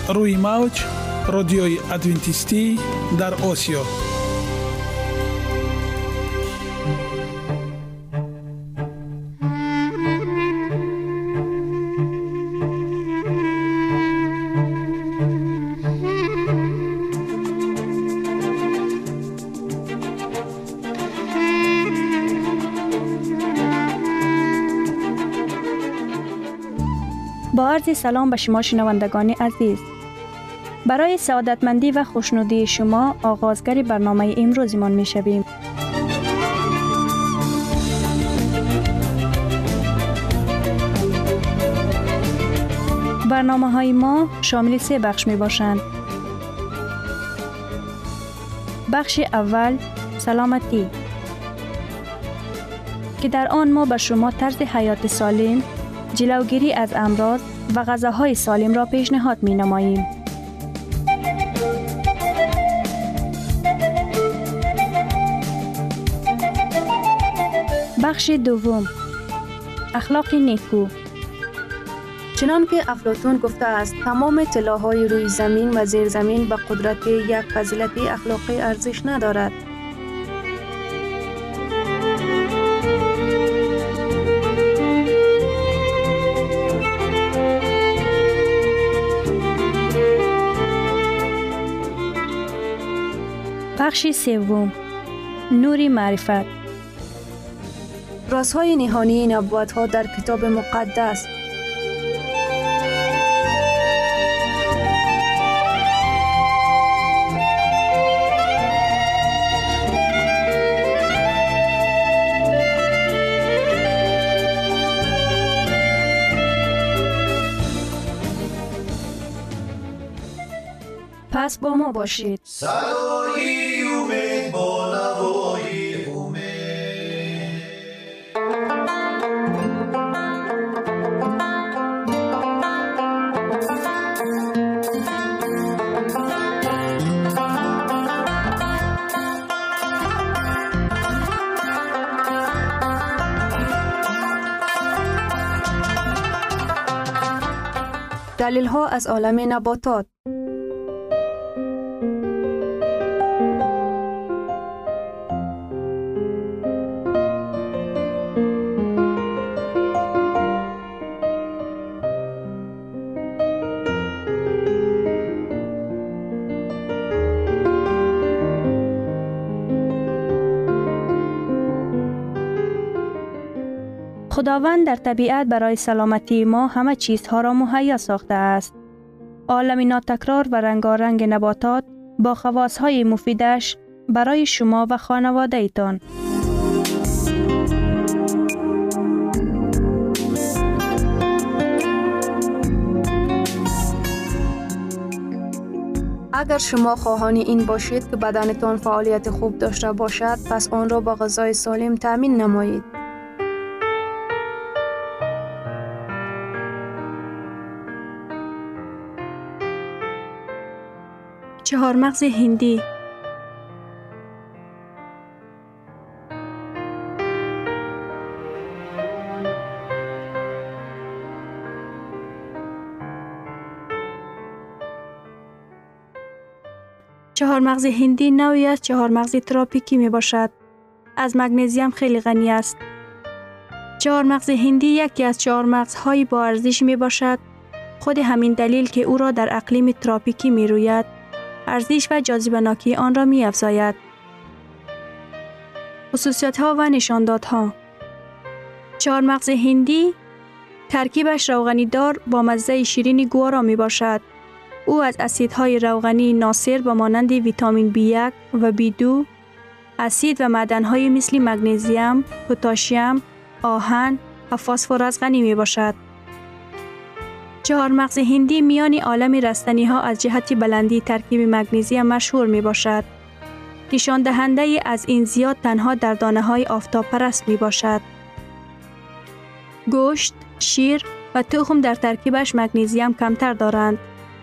روی موج رادیوی ادوینتیستی در آسیا. با عرض سلام به شما شنوندگان عزیز. برای سعادتمندی و خوشنودی شما آغازگر برنامه امروزمان می شویم. برنامه های ما شامل 3 بخش می باشند. بخش اول سلامتی که در آن ما به شما طرز حیات سالم، جلوگیری از امراض و غذاهای سالم را پیشنهاد می نماییم. بخش دوم اخلاق نیکو. چنان که افلاطون گفته است تمام طلاهای روی زمین و زیر زمین به قدرت یک فضیلت اخلاقی ارزش ندارد. بخش سوم نور معرفت. رازهای نهانی نبوت‌ها در کتاب مقدس. پس با ما باشید. صدای امید با نوای امید. دلیل ها از عالم نباتات. خداوند در طبیعت برای سلامتی ما همه چیزها را مهیا ساخته است. عالم ناتکرار و رنگارنگ نباتات با خواصهای مفیدش برای شما و خانواده ایتان. اگر شما خواهان این باشید که بدنتان فعالیت خوب داشته باشد، پس آن را با غذای سالم تامین نمایید. چهارمغز هندی. چهارمغز هندی نوعی از چهارمغز تروپیکی می باشد. از مگنیزیم خیلی غنی است. چهارمغز هندی یکی از چهارمغزهای با ارزش می باشد. خود همین دلیل که او را در اقلیم تروپیکی می روید، ارزش و جاذبه‌ناکی آن را می افزاید. خصوصیت‌ها و نشاندادها. چهارمغز هندی ترکیبش روغنی دار با مزه شیرین گوارا می باشد. او از اسیدهای روغنی ناصر به مانند ویتامین B1 و B2، اسید و معدن‌های مثل مگنیزیم، پتاسیم، آهن و فسفر غنی می باشد. چهارمغز هندی میان عالم رستنی‌ها از جهت بلندی ترکیب مگنیزیم مشهور می باشد. نشان دهنده از این زیاد تنها در دانه‌های آفتاب پرست می باشد. گوشت، شیر و تخم در ترکیبش مگنیزیم کمتر دارند.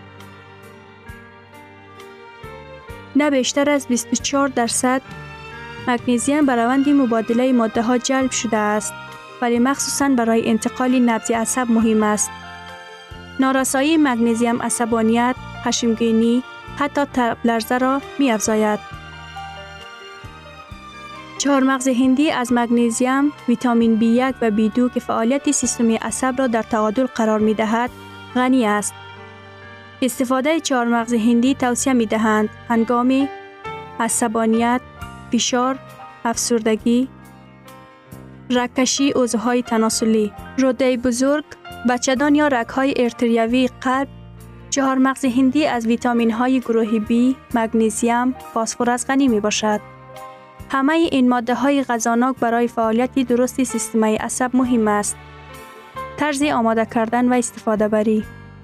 نه بیشتر از 24% مگنیزیم به روند مبادله ماده‌ها جلب شده است، ولی مخصوصاً برای انتقال نبض عصب مهم است. نارسایی مگنیزیم عصبانیت، خشمگینی، حتی تب لرزه را می افزاید. چهارمغز هندی از مگنیزیم، ویتامین B1 و B2 که فعالیت سیستم عصب را در تعادل قرار می دهد، غنی است. استفاده چهارمغز هندی توصیه می دهند هنگام عصبانیت، فشار، افسردگی، رگکشی عضوهای تناسلی، روده بزرگ، بچه‌دان یا رگ‌های ارتریوی قلب. چهارمغز هندی از ویتامین‌های گروه B، مگنیزیم، فسفر غنی می باشد. همه این ماده‌های غذاناک برای فعالیت درست سیستم عصب مهم است. طرز آماده کردن و استفاده بری.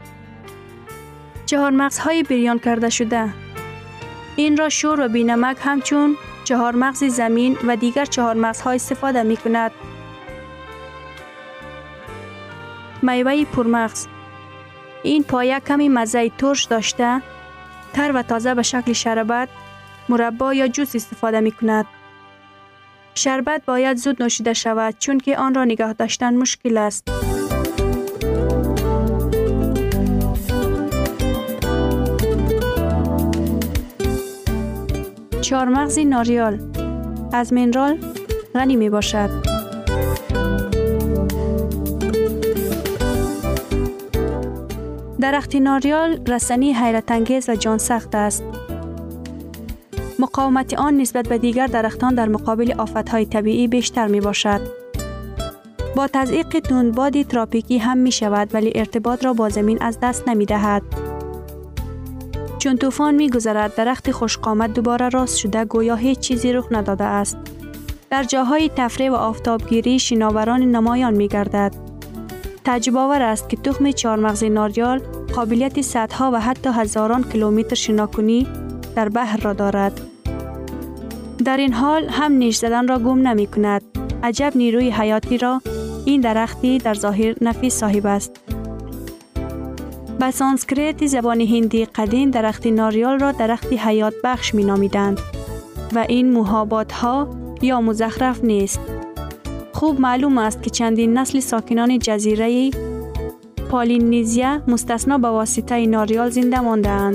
چهارمغزهای بریان کرده شده. این را شور و بی‌نمک همچون چهارمغز زمین و دیگر چهارمغزها استفاده می کند. میوه پرمغز. این پایه کمی مزه ترش داشته، تر و تازه به شکل شربت، مربا یا جوس استفاده می کند. شربت باید زود نوشیده شود چون که آن را نگاه داشتن مشکل است. چهارمغز ناریال از منرال غنی می باشد. درخت ناریال رسنی حیرت انگیز و جان سخت است. مقاومت آن نسبت به دیگر درختان در مقابل آفت‌های طبیعی بیشتر می باشد. با تضعیق تندباد تراپیکی هم می شود ولی ارتباط را با زمین از دست نمی دهد. چون طوفان می گذرد درخت خوشقامت دوباره راست شده گویا هیچ چیزی رخ نداده است. در جاهای تفریح و آفتابگیری شناوران نمایان می گردد. تعجب آور است که تخم چهارمغز ناریال قابلیت صدها و حتی هزاران کیلومتر شناکنی در بحر را دارد. در این حال هم نیش زدن را گم نمی کند. عجب نیروی حیاتی را این درختی در ظاهر نفیس صاحب است. به سانسکریت زبان هندی قدیم درخت ناریال را درخت حیات بخش می نامیدند و این محابات ها یا مزخرف نیست. خوب معلوم است که چندین نسل ساکنان جزیره پالینیزیا مستثنا به واسطه ناریال زنده مانده اند.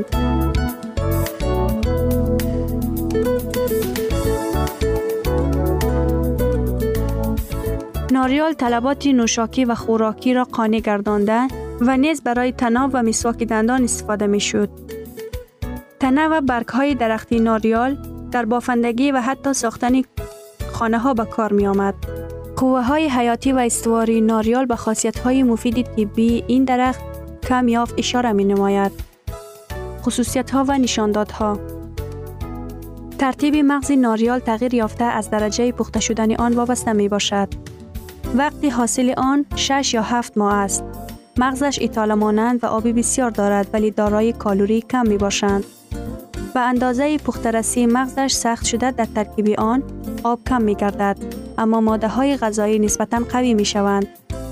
ناریال طلبات نوشاکی و خوراکی را قانع گردانده و نیز برای طناب و مسواک دندان استفاده می شد. تنه و برگ های درختی ناریال در بافندگی و حتی ساختن خانه ها به کار می آمد. قوه های حیاتی و استواری ناریال به خاصیت های مفید طبی این درخت کم یافت اشاره می نماید. خصوصیت ها و نشاندادها. ترتیب مغز ناریال تغییر یافته از درجه پخته شدن آن وابسته می باشد. وقتی حاصل آن 6 یا 7 ماه است. مغزش ایتاله مانند و آبی بسیار دارد ولی دارای کالری کم می باشند. به اندازه پخته‌رسی مغزش سخت شده در ترکیب آن آب کم می گردد اما ماده های غذایی نسبتاً قوی می شوند.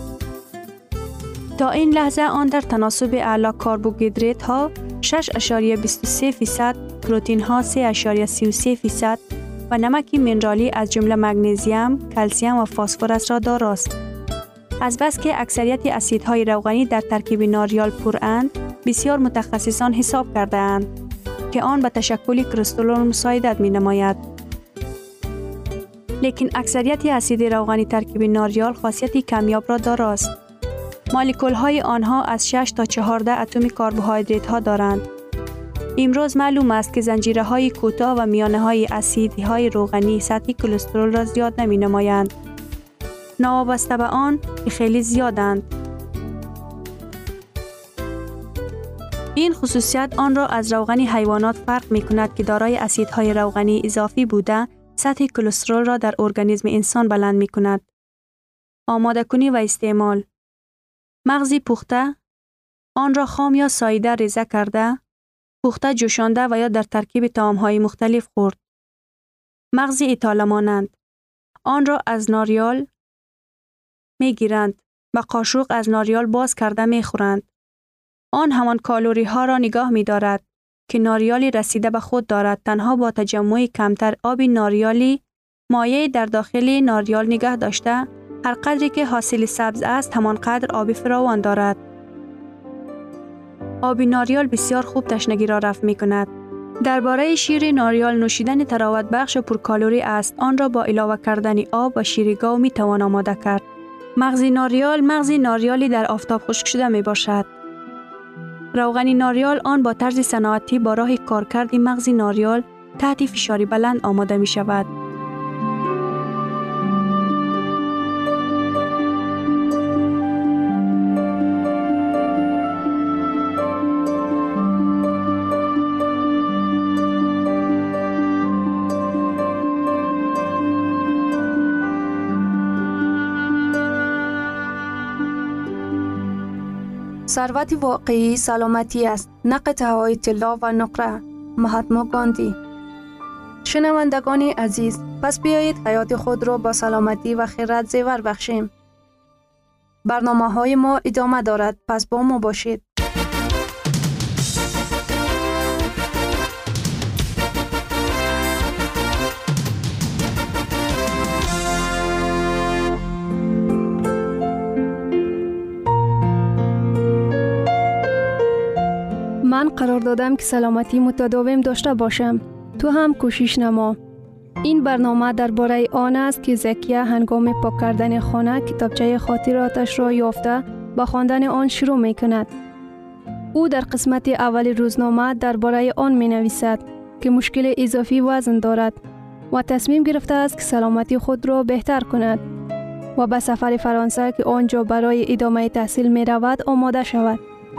تا این لحظه آن در تناسب اعلی کربوهیدرات ها 6.23%، پروتئین ها 3.33% و نمک منرالی از جمله مگنیزیم، کلسیم و فسفر را داراست. از بس که اکثریت اسیدهای روغنی در ترکیب ناریال پرند، بسیار متخصصان حساب کرده اند که آن به تشکل کلسترول مساعدت می نماید. لیکن اکثریت اسید روغنی ترکیب ناریال خاصیت کمیاب را داراست. مولکول های آنها از 6 تا 14 اتم کربوهیدرات ها دارند. امروز معلوم است که زنجیره های کوتاه و میانه های اسیدهای روغنی سطح کلسترول را زیاد نمی نمایند. نوابسته به آن که خیلی زیادند. این خصوصیت آن را از روغن حیوانات فرق می کند که دارای اسیدهای روغنی اضافی بوده سطح کلسترول را در ارگانیسم انسان بلند می کند. آماده کنی و استعمال. مغزی پخته، آن را خام یا ساییده ریزه کرده، پخته جوشانده و یا در ترکیب طعام‌های مختلف خورد. مغزی ایتاله مانند، آن را از ناریال می گیرند و قاشق از ناریال باز کرده می خورند. آن همان کالری ها را نگاه می دارد که ناریالی رسیده به خود دارد، تنها با تجمع کمتر آب ناریالی مایع در داخل ناریال نگه داشته، هر قدری که حاصل سبز است همان قدر آب فراوان دارد. آب ناریال بسیار خوب تشنگی را رفع می کند. درباره شیر ناریال نوشیدن تراوت بخش و پرکالری است. آن را با علاوه کردن آب و شیر گاو می توان آماده کرد. مغز ناریالی در آفتاب خشک شده می باشد. روغن ناریال آن با طرز صنعتی با راه کارکرد مغز ناریال تحت فشار بلند آماده می شود. ثروت واقعی سلامتی است، نه قطعه‌های طلا و نقره. مهاتما گاندی. شنوندگان عزیز، پس بیایید حیات خود را با سلامتی و خیرات زیور بخشیم. برنامه‌های ما ادامه دارد، پس با ما باشید. من قرار دادم که سلامتی متداوم داشته باشم. تو هم کوشش نما. این برنامه درباره آن است که زکیه هنگام پاک کردن خانه کتابچه خاطراتش را یافته با خواندن آن شروع می کند. او در قسمت اول روزنامه درباره آن می نویسد که مشکل اضافی وزن دارد و تصمیم گرفته است که سلامتی خود را بهتر کند و به سفر فرانسه که آنجا برای ادامه تحصیل می رود آماده شود.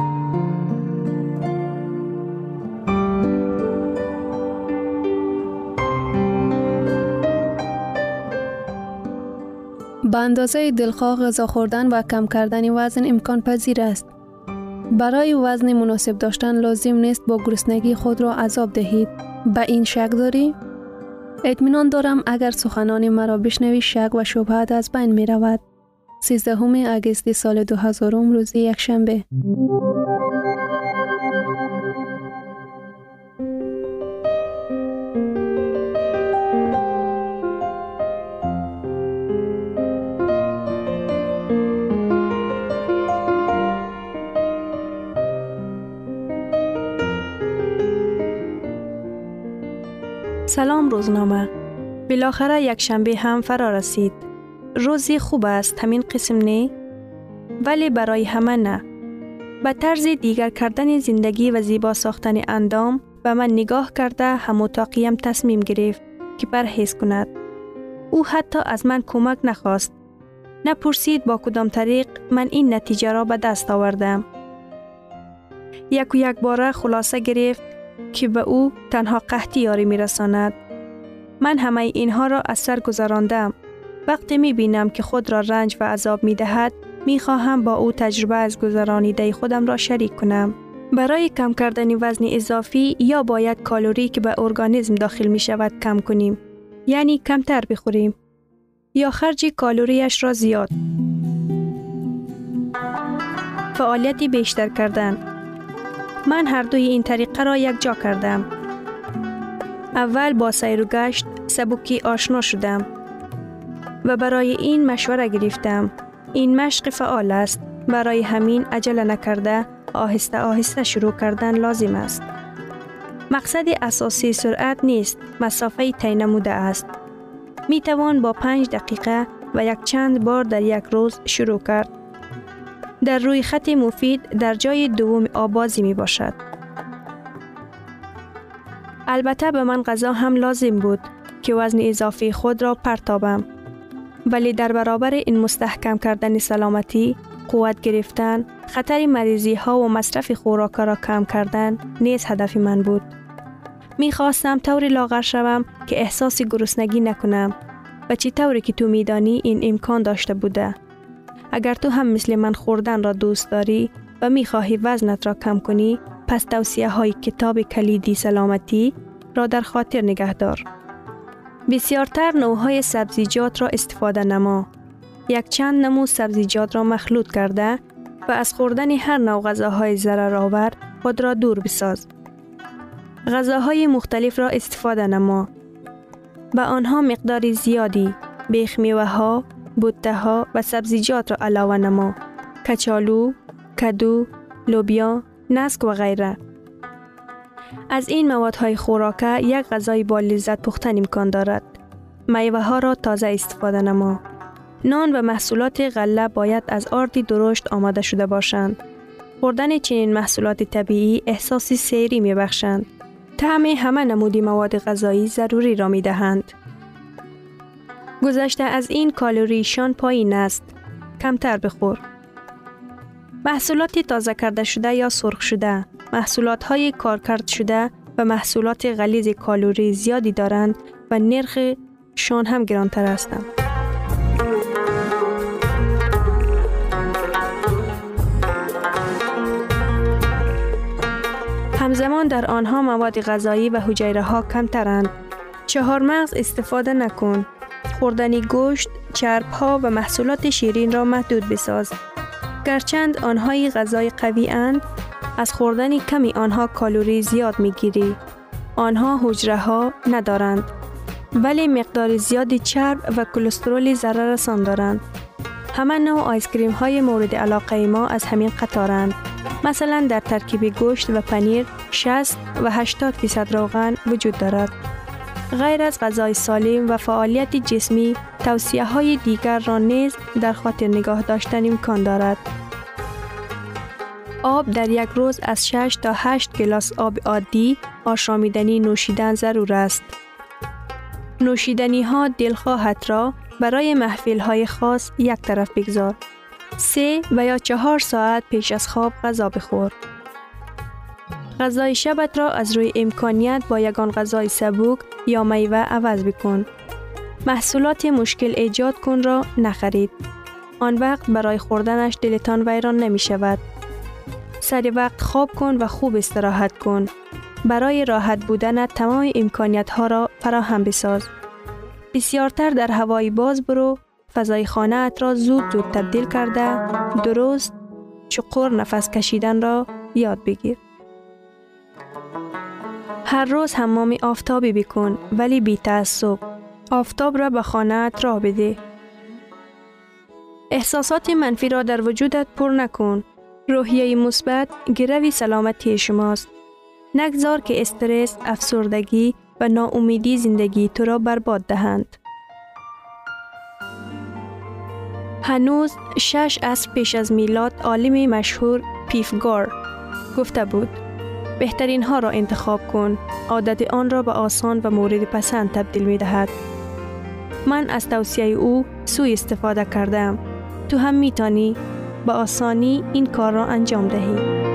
به اندازه دلخواه غذا خوردن و کم کردن وزن امکان پذیر است. برای وزن مناسب داشتن لازم نیست با گرسنگی خود را عذاب دهید. به این شک داری؟ اطمینان دارم اگر سخنان مرا بشنوی شک و شبهت از بین می رود. 13 اگست سال 2000 روز یکشنبه. سلام روزنامه. بالاخره یک شنبه هم فرا رسید. روزی خوب است همین قسم نه؟ ولی برای همه نه. به طرز دیگر کردن زندگی و زیبا ساختن اندام به من نگاه کرده هموطاقیم تصمیم گرفت که پرهیز کند. او حتی از من کمک نخواست. نپرسید با کدام طریق من این نتیجه را به دست آوردم. یک باره خلاصه گرفت که به او تنها قحطی یاری می رساند. من همه اینها را از سر گذراندم. وقتی می بینم که خود را رنج و عذاب می دهد، می خواهم با او تجربه از گذرانیده خودم را شریک کنم. برای کم کردن وزن اضافی یا باید کالری که به ارگانیسم داخل می شود کم کنیم. یعنی کمتر بخوریم. یا خرج کالریش را زیاد. فعالیتی بیشتر کردن. من هر دوی این طریقه را یک جا کردم. اول با سیر و گشت سبکی آشنا شدم و برای این مشوره گرفتم. این مشق فعال است. برای همین عجله نکرده آهسته آهسته شروع کردن لازم است. مقصد اساسی سرعت نیست، مسافه طی نموده است. می توان با 5 دقیقه و یک چند بار در یک روز شروع کرد. در روی خط مفید در جای دوم آبازی می باشد. البته به من غذا هم لازم بود که وزن اضافی خود را پرتابم. ولی در برابر این مستحکم کردن سلامتی، قوت گرفتن، خطر مریضی ها و مصرف خوراک را کم کردن نیز هدف من بود. می خواستم طوری لاغر شوم که احساس گرسنگی نکنم و چی طوری که تو می دانی این امکان داشته بوده. اگر تو هم مثل من خوردن را دوست داری و می خواهی وزنت را کم کنی، پس توصیه های کتاب کلیدی سلامتی را در خاطر نگه دار. بسیارتر نوعهای سبزیجات را استفاده نما. یک چند نمو سبزیجات را مخلوط کرده و از خوردن هر نوع غذاهای ضررآور خود را دور بساز. غذاهای مختلف را استفاده نما. به آنها مقدار زیادی بیخ میوه‌ها، بوته‌ها و سبزیجات را علاوه نما. کچالو، کدو، لوبیا، نسک و غیره. از این موادهای خوراکه یک غذای با لذت پختن امکان دارد. میوه ها را تازه استفاده نما. نان و محصولات غله باید از آردی درشت آماده شده باشند. خوردن چنین محصولات طبیعی احساس سیری می بخشند. طعم همه نمودی مواد غذایی ضروری را می دهند. گذشته از این کالریشان پایین است. کمتر بخور. محصولات تازه کرده شده یا سرخ شده، محصولات های کارکرد شده و محصولات غلیظ کالری زیادی دارند و نرخ شان هم گرانتر هستند. همزمان در آنها مواد غذایی و حجیره ها کمترند. 4 مغز استفاده نکن. خوردن گوشت، چرب ها و محصولات شیرین را محدود بساز. گرچند آنهای غذای قوی اند، از خوردن کمی آنها کالری زیاد می گیری. آنها حجره ها ندارند، ولی مقدار زیادی چرب و کلسترول ضرر رسان دارند. همه نوع آیسکریم های مورد علاقه ما از همین قطارند. مثلا در ترکیب گوشت و پنیر 60 و 80% روغن وجود دارد. غیر از غذای سالم و فعالیت جسمی، توصیه های دیگر را نیز در خاطر نگاه داشتن امکان دارد. آب در یک روز از 6 تا 8 گلاس آب عادی آشامیدنی نوشیدن ضرور است. نوشیدنی ها دلخواهت را برای محفل های خاص یک طرف بگذار. 3 و یا 4 ساعت پیش از خواب غذا بخور. غذای شبت را از روی امکانیت با یگان غذای سبک یا میوه عوض بکن. محصولات مشکل ایجاد کن را نخرید. آن وقت برای خوردنش دلتان ویران نمی شود. سر وقت خواب کن و خوب استراحت کن. برای راحت بودن تمام امکانیت ها را فراهم بساز. بسیارتر در هوای باز برو. فضای خانه ات را زود تبدیل کرده درست چقور نفس کشیدن را یاد بگیر. هر روز حمام آفتابی بکن ولی بی تعصب. آفتاب را به خانه ات راه بده. احساسات منفی را در وجودت پر نکن. روحیه مثبت گروی سلامتی شماست. نگذار که استرس، افسردگی و ناامیدی زندگی تو را برباد دهند. هنوز 6 عصر پیش از میلاد عالم مشهور پیفگار گفته بود: بهترین ها را انتخاب کن. عادت آن را به آسان و مورد پسند تبدیل می دهد. من از توصیه او سوء استفاده کردم. تو هم می توانی به آسانی این کار را انجام دهی.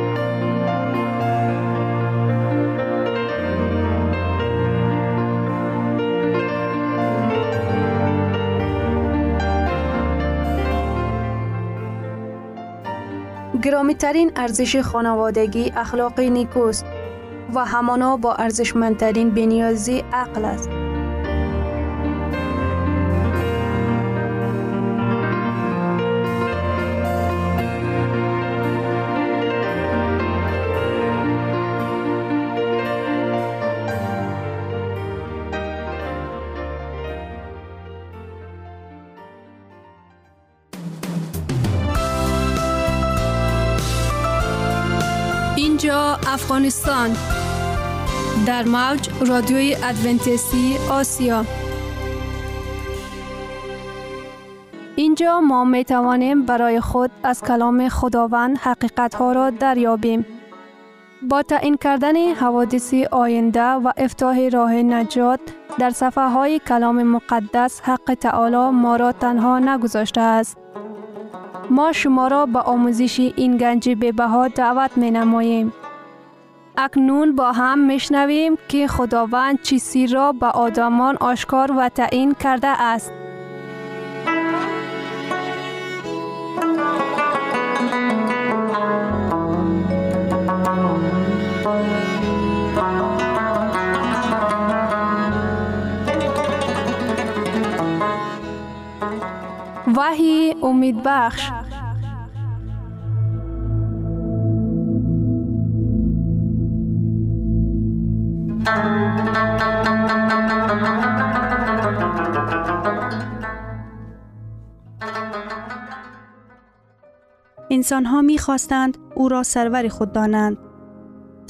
گرامی‌ترین ارزش خانوادگی اخلاق نیکوست و همانا با ارزشمندترین بی‌نیازی عقل است. اینجا افغانستان در موج رادیوی ادونتیستی آسیا. اینجا ما می توانیم برای خود از کلام خداوند حقیقت ها را دریابیم. با تعیین کردن حوادث آینده و افتتاح راه نجات در صفحه های کلام مقدس، حق تعالی ما را تنها نگذاشته است. ما شما را به آموزش این گنج بی‌بها دعوت می نماییم. اکنون با هم می شنویم که خداوند چه سر را به آدمان آشکار و تعیین کرده است. وحی امید بخش. انسان ها می خواستند او را سرور خود دانند،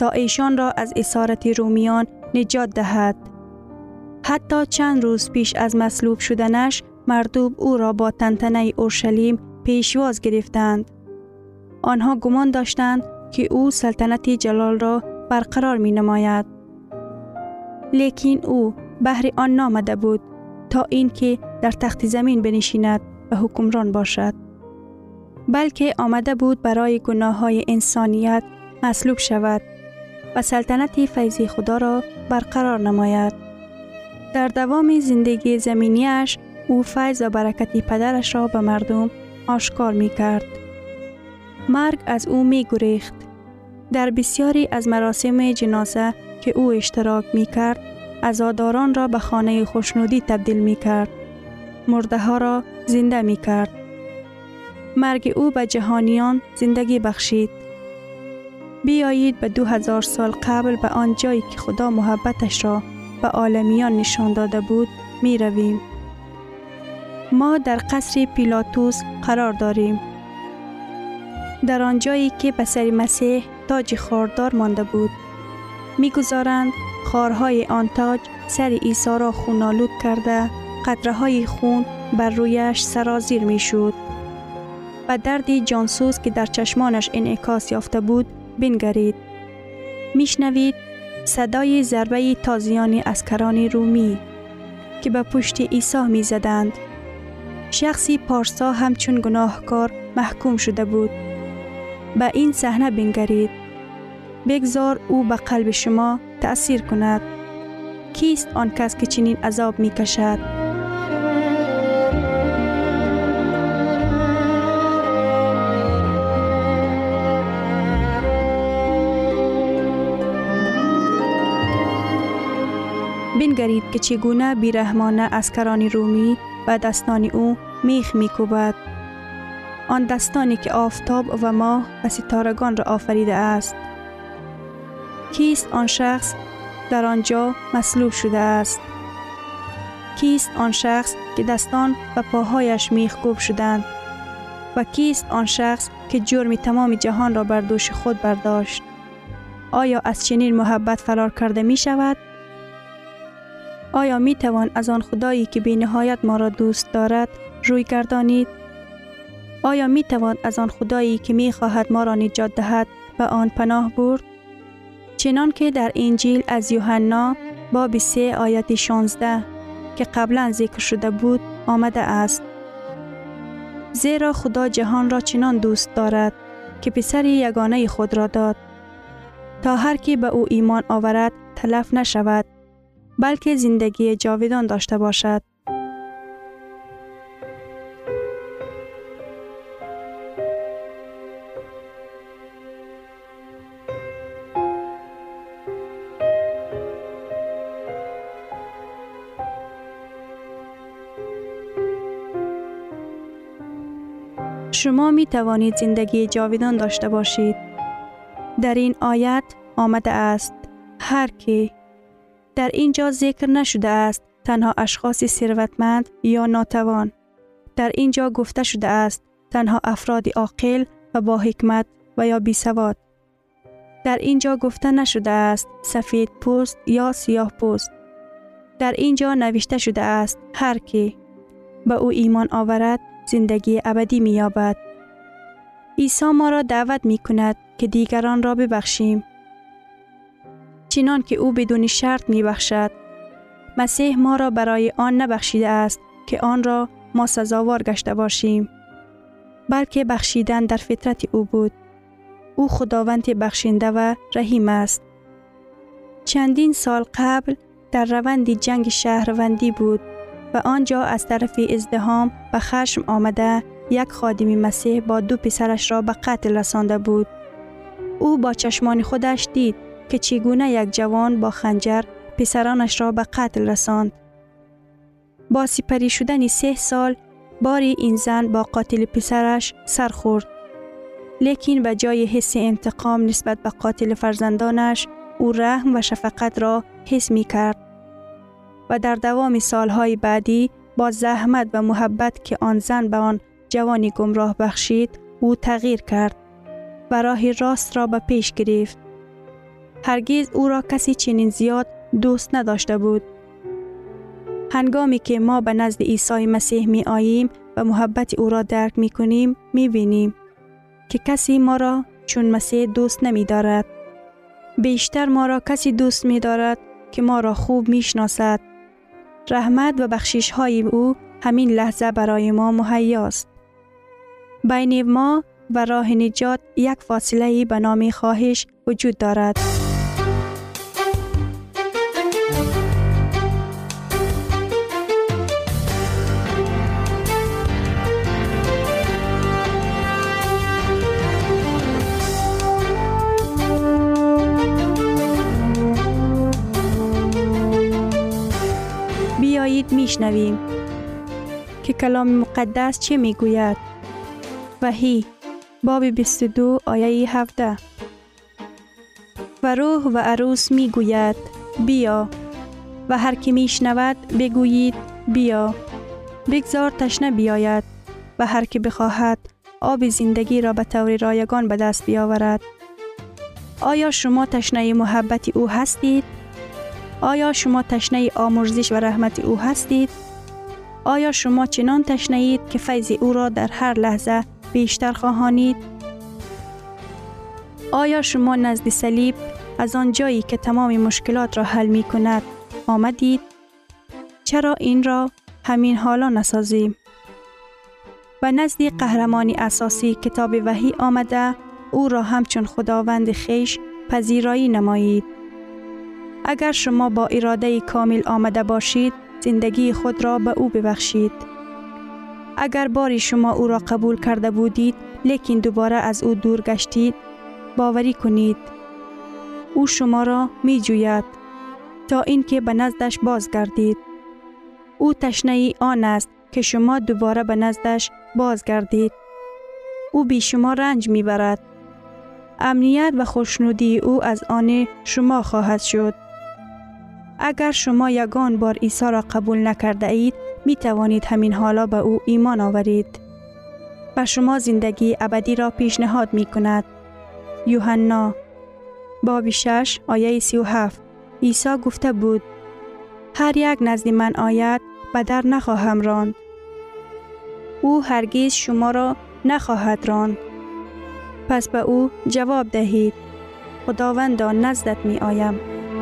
تا ایشان را از اسارت رومیان نجات دهد. حتی چند روز پیش از مصلوب شدنش مردم او را با تنتنه اورشلیم پیشواز گرفتند. آنها گمان داشتند که او سلطنت جلال را برقرار می نماید. لیکن او بهر آن نامده بود تا اینکه در تخت زمین بنشیند و حکمران باشد، بلکه آمده بود برای گناه‌های انسانیت مصلوب شود و سلطنت فیض خدا را برقرار نماید. در دوام زندگی زمینیش او فیض و برکت پدرش را به مردم آشکار می کرد. مرگ از او می گریخت. در بسیاری از مراسم جنازه که او اشتراک می کرد، عزاداران را به خانه خوشنودی تبدیل می کرد. مرده ها را زنده می کرد. مرگ او به جهانیان زندگی بخشید. بیایید به 2000 سال قبل به آن جایی که خدا محبتش را به عالمیان نشان داده بود می رویم. ما در قصر پیلاتوس قرار داریم. در آن جایی که به سر مسیح تاج خاردار مانده بود، می گذارند خارهای آن تاج سر عیسی را خونالود کرده، قطره های خون بر رویش سرازیر می شود. و دردی جانسوز که در چشمانش انعکاس یافته بود بنگرید. میشنوید صدای ضربه تازیان عسکران رومی که به پشت عیسی می زدند. شخصی پارسا همچون گناهکار محکوم شده بود. به این صحنه بنگرید. بگذار او به قلب شما تأثیر کند. کیست آن کس که چنین عذاب می کشد؟ بنگرید که چگونه بیرحمانه عسکران رومی و دستان او میخ میکوبد. آن دستانی که آفتاب و ماه و ستارگان را آفریده است. کیست آن شخص در آنجا مصلوب شده است؟ کیست آن شخص که دستان و پاهایش میخ کوب شدند؟ و کیست آن شخص که جرم تمام جهان را بر دوش خود برداشت؟ آیا از چنین محبت فرار کرده می شود؟ آیا می توان از آن خدایی که بی نهایت ما را دوست دارد روی گردانید؟ آیا می توان از آن خدایی که می خواهد ما را نجات دهد به آن پناه برد؟ چنان که در انجیل از یوحنا باب 3 آیت 16 که قبلا ذکر شده بود آمده است. زیرا خدا جهان را چنان دوست دارد که پسر یگانه خود را داد تا هر کی به او ایمان آورد تلف نشود، بلکه زندگی جاودان داشته باشد. شما می توانید زندگی جاودان داشته باشید. در این آیت آمده است هر کی. در اینجا ذکر نشده است تنها اشخاص ثروتمند یا ناتوان. در اینجا گفته شده است تنها افراد عاقل و با حکمت و یا بی سواد. در اینجا گفته نشده است سفید پوست یا سیاه پوست. در اینجا نوشته شده است هر کی به او ایمان آورد زندگی ابدی می یابد. عیسی ما را دعوت می کند که دیگران را ببخشیم، چنان که او بدون شرط می بخشد. مسیح ما را برای آن نبخشیده است که آن را ما سزاوار گشته باشیم، بلکه بخشیدن در فطرت او بود. او خداوند بخشنده و رحیم است. چندین سال قبل در روند جنگ شهروندی بود و آنجا از طرف ازدحام و خشم آمده یک خادم مسیح با 2 پسرش را به قتل رسانده بود. او با چشمان خودش دید که چگونه یک جوان با خنجر پسرانش را به قتل رساند. با سپری شدن 3 سال باری این زن با قاتل پسرش سر خورد. لیکن به جای حس انتقام نسبت به قاتل فرزندانش، او رحم و شفقت را حس می کرد. و در دوام سالهای بعدی با زحمت و محبت که آن زن به آن جوانی گمراه بخشید، او تغییر کرد و راه راست را به پیش گرفت. هرگز او را کسی چنین زیاد دوست نداشته بود. هنگامی که ما به نزد عیسی مسیح می آییم و محبت او را درک می کنیم، می بینیم که کسی ما را چون مسیح دوست نمی دارد. بیشتر ما را کسی دوست می دارد که ما را خوب می شناسد. رحمت و بخشش های او همین لحظه برای ما مهیاست. بین ما و راه نجات یک فاصله به نام خواهش وجود دارد. بیایید میشنویم که کلام مقدس چه میگوید. وحی باب 22 آیه 17. و روح و عروس میگوید بیا، و هر که میشنود بگویید بیا. بگذار تشنه بیاید و هر که بخواهد آب زندگی را به طور رایگان به دست بیاورد. آیا شما تشنه محبت او هستید؟ آیا شما تشنه آمرزش و رحمت او هستید؟ آیا شما چنان تشنه اید که فیض او را در هر لحظه بیشتر خواهانید؟ آیا شما نزد صلیب از آن جایی که تمام مشکلات را حل می کند آمدید؟ چرا این را همین حالا نسازیم؟ و نزد قهرمان اساسی کتاب وحی آمده او را همچون خداوند خویش پذیرایی نمایید. اگر شما با اراده کامل آمده باشید، زندگی خود را به او ببخشید. اگر باری شما او را قبول کرده بودید لیکن دوباره از او دور گشتید، باوری کنید او شما را می جوید تا اینکه به نزدش بازگردید. او تشنه آن است که شما دوباره به نزدش بازگردید. او بی شما رنج می برد. امنیت و خوشنودی او از آن شما خواهد شد. اگر شما یگان بار عیسی را قبول نکرده اید، می توانید همین حالا به او ایمان آورید. و شما زندگی ابدی را پیشنهاد می کند. یوحنا باب 6 آیه 37. عیسی گفته بود هر یک نزد من آید به در نخواهم راند. او هرگز شما را نخواهد راند. پس به او جواب دهید خداوندا نزدت می آیم.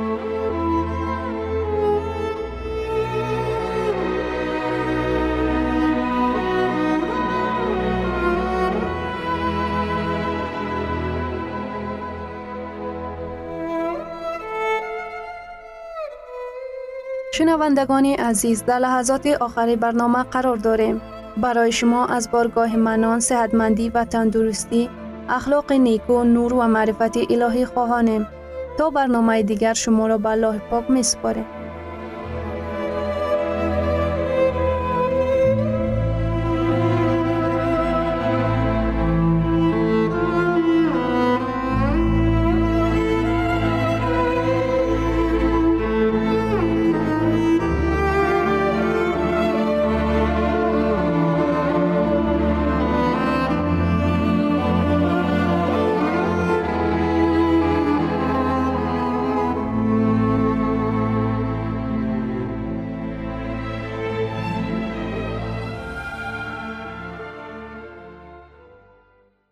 شنوندگان عزیز، در لحظات آخری برنامه قرار داریم. برای شما از بارگاه منان، صحتمندی و تندرستی، اخلاق نیکو، نور و معرفت الهی خواهانیم. تا برنامه دیگر شما را به الله پاک می‌سپاریم.